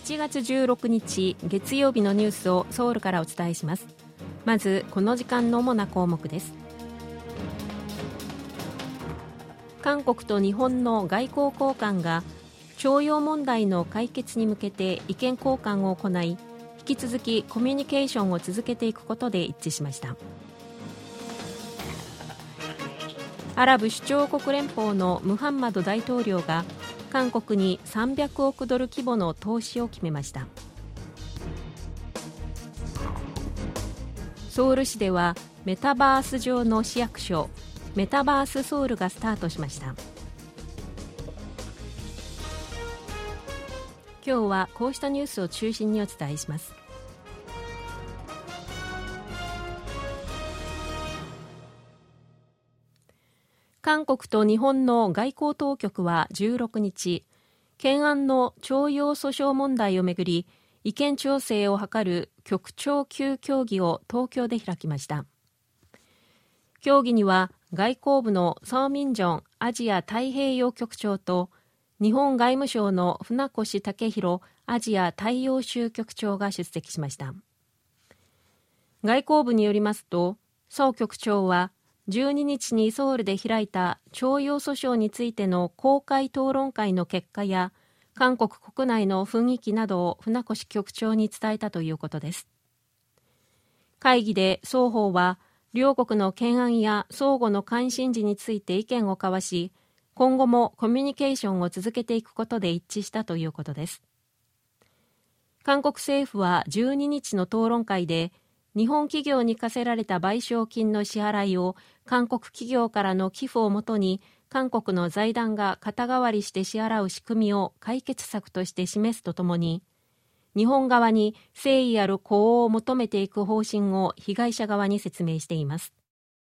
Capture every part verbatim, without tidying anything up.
ちがつじゅうろくにち月曜日のニュースをソウルからお伝えします。まずこの時間の主な項目です。韓国と日本の外交高官が徴用問題の解決に向けて意見交換を行い、引き続きコミュニケーションを続けていくことで一致しました。アラブ首長国連邦のムハンマド大統領が韓国にさんびゃくおくドル規模の投資を決めました。ソウル市ではメタバース上の市役所メタバースソウルがスタートしました。今日はこうしたニュースを中心にお伝えします。韓国と日本の外交当局はじゅうろくにち、懸案の徴用訴訟問題をめぐり意見調整を図る局長級協議を東京で開きました。協議には外交部のソ・ミンジョンアジア太平洋局長と日本外務省の船越健裕アジア大洋州局長が出席しました。外交部によりますと、ソ局長はじゅうににちにソウルで開いた徴用訴訟についての公開討論会の結果や韓国国内の雰囲気などを船越局長に伝えたということです。会議で双方は両国の懸案や相互の関心事について意見を交わし、今後もコミュニケーションを続けていくことで一致したということです。韓国政府はじゅうににちの討論会で日本企業に課せられた賠償金の支払いを韓国企業からの寄付をもとに韓国の財団が肩代わりして支払う仕組みを解決策として示すとともに、日本側に誠意ある呼応を求めていく方針を被害者側に説明しています。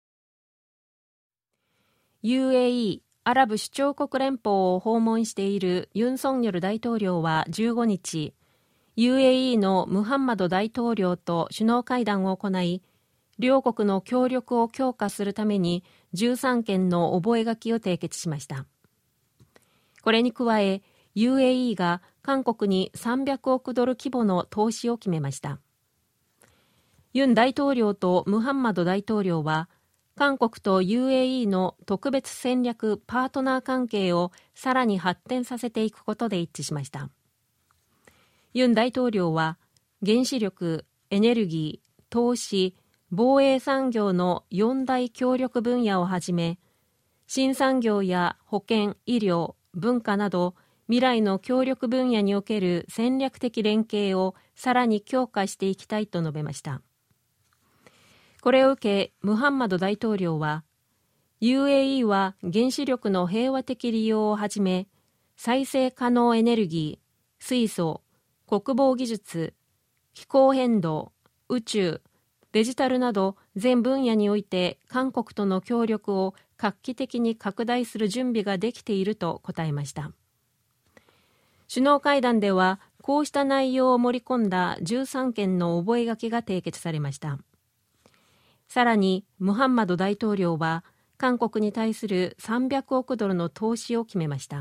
ユーエーイー アラブ首長国連邦を訪問しているユン・ソンニョル大統領はじゅうごにち、ユーエーイー のムハンマド大統領と首脳会談を行い、両国の協力を強化するためにじゅうさんけんの覚書を締結しました。これに加え、ユーエーイー が韓国にさんびゃくおくドル規模の投資を決めました。ユン大統領とムハンマド大統領は、韓国と ユーエーイー の特別戦略パートナー関係をさらに発展させていくことで一致しました。ユン大統領は、原子力、エネルギー、投資、防衛産業のよん大協力分野をはじめ、新産業や保健、医療、文化など未来の協力分野における戦略的連携をさらに強化していきたいと述べました。これを受け、ムハンマド大統領は、ユーエーイー は原子力の平和的利用をはじめ、再生可能エネルギー、水素、国防技術、気候変動、宇宙、デジタルなど全分野において韓国との協力を画期的に拡大する準備ができていると答えました。首脳会談ではこうした内容を盛り込んだじゅうさんけんの覚書が締結されました。さらにムハンマド大統領は韓国に対するさんびゃくおくドルの投資を決めました。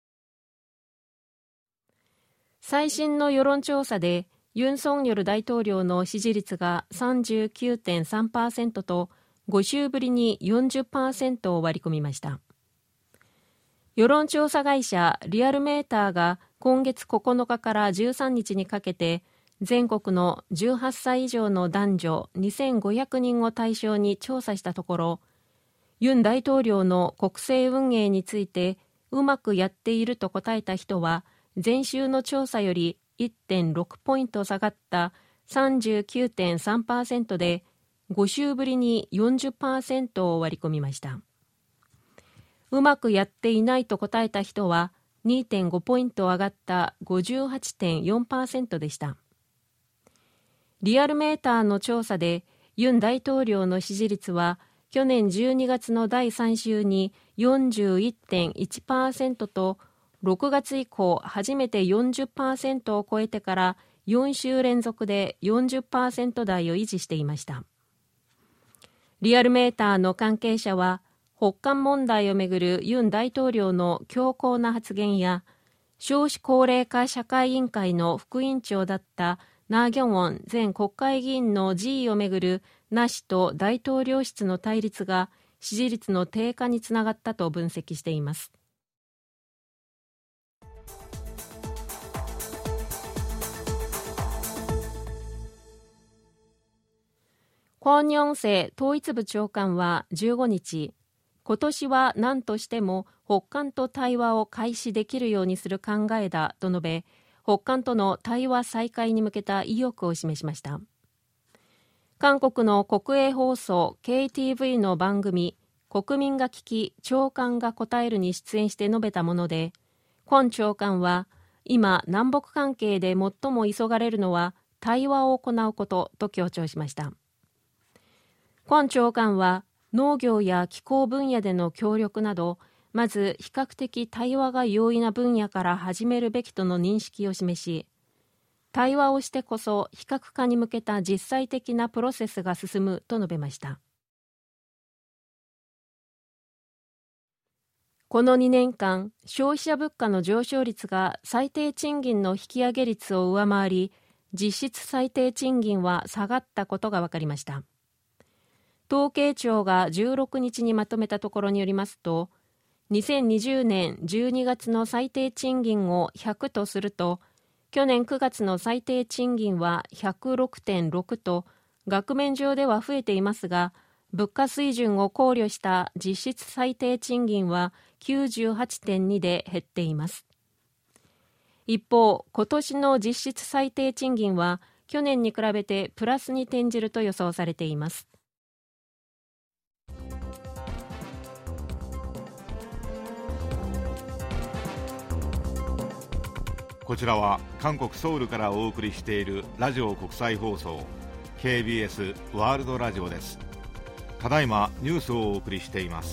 最新の世論調査でユン・ソンニョル大統領の支持率が さんじゅうきゅうてんさんパーセント とご週ぶりに よんじゅっパーセント を割り込みました。世論調査会社リアルメーターが今月ここのかからじゅうさんにちにかけて全国のじゅうはっさい以上の男女にせんごひゃくにんを対象に調査したところ、ユン大統領の国政運営についてうまくやっていると答えた人は前週の調査より いってんろく ポイント下がった さんじゅうきゅうてんさんパーセント でご週ぶりに よんじゅっパーセント を割り込みました。うまくやっていないと答えた人は にてんご ポイント上がった ごじゅうはちてんよんパーセント でした。リアルメーターの調査でユン大統領の支持率は去年じゅうにがつのだいさん週に よんじゅういってんいちパーセント とろくがつ以降初めて よんじゅっパーセント を超えてからよん週連続で よんじゅっパーセント 台を維持していました。リアルメーターの関係者は北韓問題をめぐるユン大統領の強硬な発言や少子高齢化社会委員会の副委員長だったナ・ギョンウォン前国会議員の辞意をめぐるナ氏と大統領室の対立が支持率の低下につながったと分析しています。クォン・ヨンセ統一部長官はじゅうごにち、今年は何としても北韓と対話を開始できるようにする考えだと述べ、北韓との対話再開に向けた意欲を示しました。韓国の国営放送 ケーティーブイ の番組国民が聞き長官が答えるに出演して述べたもので、クォン長官は今南北関係で最も急がれるのは対話を行うことと強調しました。クォン長官は農業や気候分野での協力など、まず比較的対話が容易な分野から始めるべきとの認識を示し、対話をしてこそ非核化に向けた実際的なプロセスが進むと述べました。このにねんかん、消費者物価の上昇率が最低賃金の引き上げ率を上回り、実質最低賃金は下がったことが分かりました。統計庁がじゅうろくにちにまとめたところによりますと、にせんにじゅうねんじゅうにがつの最低賃金をひゃくとすると、去年くがつの最低賃金は ひゃくろくてんろく と、額面上では増えていますが、物価水準を考慮した実質最低賃金は きゅうじゅうはちてんに で減っています。一方、今年の実質最低賃金は去年に比べてプラスに転じると予想されています。 こちらは韓国ソウルからお送りしているラジオ国際放送 ケービーエス ワールドラジオです。ただいまニュースをお送りしています。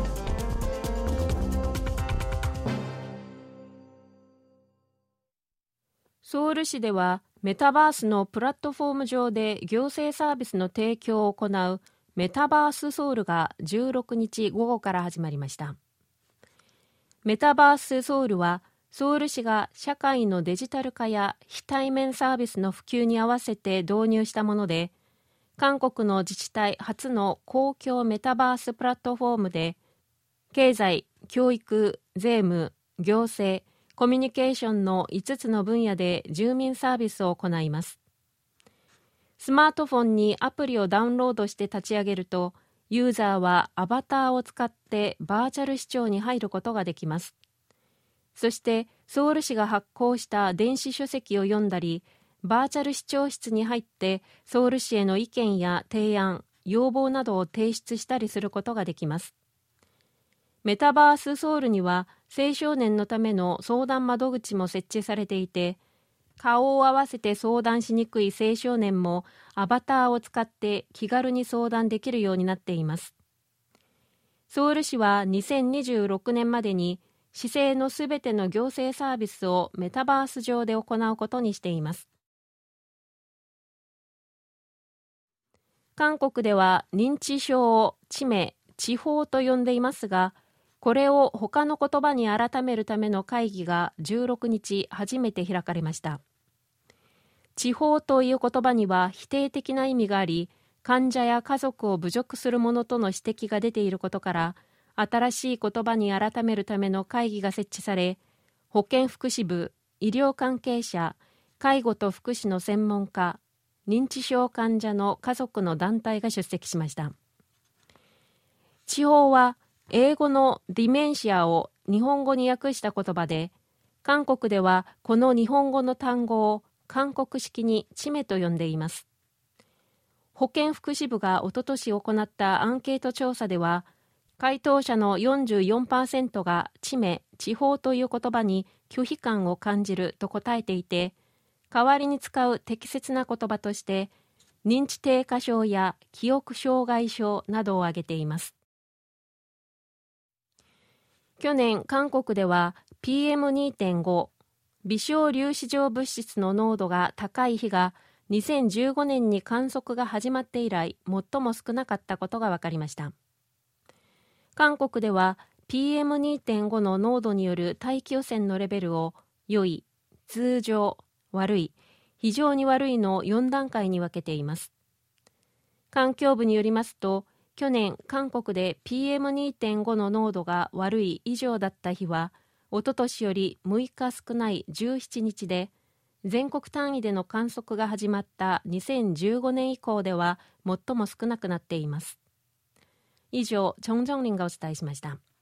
ソウル市ではメタバースのプラットフォーム上で行政サービスの提供を行うメタバースソウルがじゅうろくにち午後から始まりました。メタバースソウルはソウル市が社会のデジタル化や非対面サービスの普及に合わせて導入したもので、韓国の自治体初の公共メタバースプラットフォームで、経済、教育、税務、行政、コミュニケーションのいつつの分野で住民サービスを行います。スマートフォンにアプリをダウンロードして立ち上げると、ユーザーはアバターを使ってバーチャル市長に入ることができます。そしてソウル市が発行した電子書籍を読んだり、バーチャル市長室に入ってソウル市への意見や提案、要望などを提出したりすることができます。メタバースソウルには青少年のための相談窓口も設置されていて、顔を合わせて相談しにくい青少年もアバターを使って気軽に相談できるようになっています。ソウル市はにせんにじゅうろくねんまでに市政のすべての行政サービスをメタバース上で行うことにしています。韓国では認知症を地名、地方と呼んでいますが、これを他の言葉に改めるための会議がじゅうろくにち初めて開かれました。地方という言葉には否定的な意味があり、患者や家族を侮辱するものとの指摘が出ていることから、新しい言葉に改めるための会議が設置され、保健福祉部、医療関係者、介護と福祉の専門家、認知症患者の家族の団体が出席しました。地方は英語のディメンシアを日本語に訳した言葉で、韓国ではこの日本語の単語を韓国式にチメと呼んでいます。保健福祉部がおととし行ったアンケート調査では、回答者の よんじゅうよんパーセント が地名、地方という言葉に拒否感を感じると答えていて、代わりに使う適切な言葉として、認知低下症や記憶障害症などを挙げています。去年、韓国では ピーエムにてんご、微小粒子状物質の濃度が高い日がにせんじゅうごねんに観測が始まって以来、最も少なかったことが分かりました。韓国ではピーエムにてんご の濃度による大気汚染のレベルを良い、通常、悪い、非常に悪いのよん段階に分けています。環境部によりますと、去年韓国で ピーエムにてんご の濃度が悪い以上だった日は、おととしよりむいか少ないじゅうしちにちで、全国単位での観測が始まったにせんじゅうごねん以降では最も少なくなっています。以上、チョンジョンリンがお伝えしました。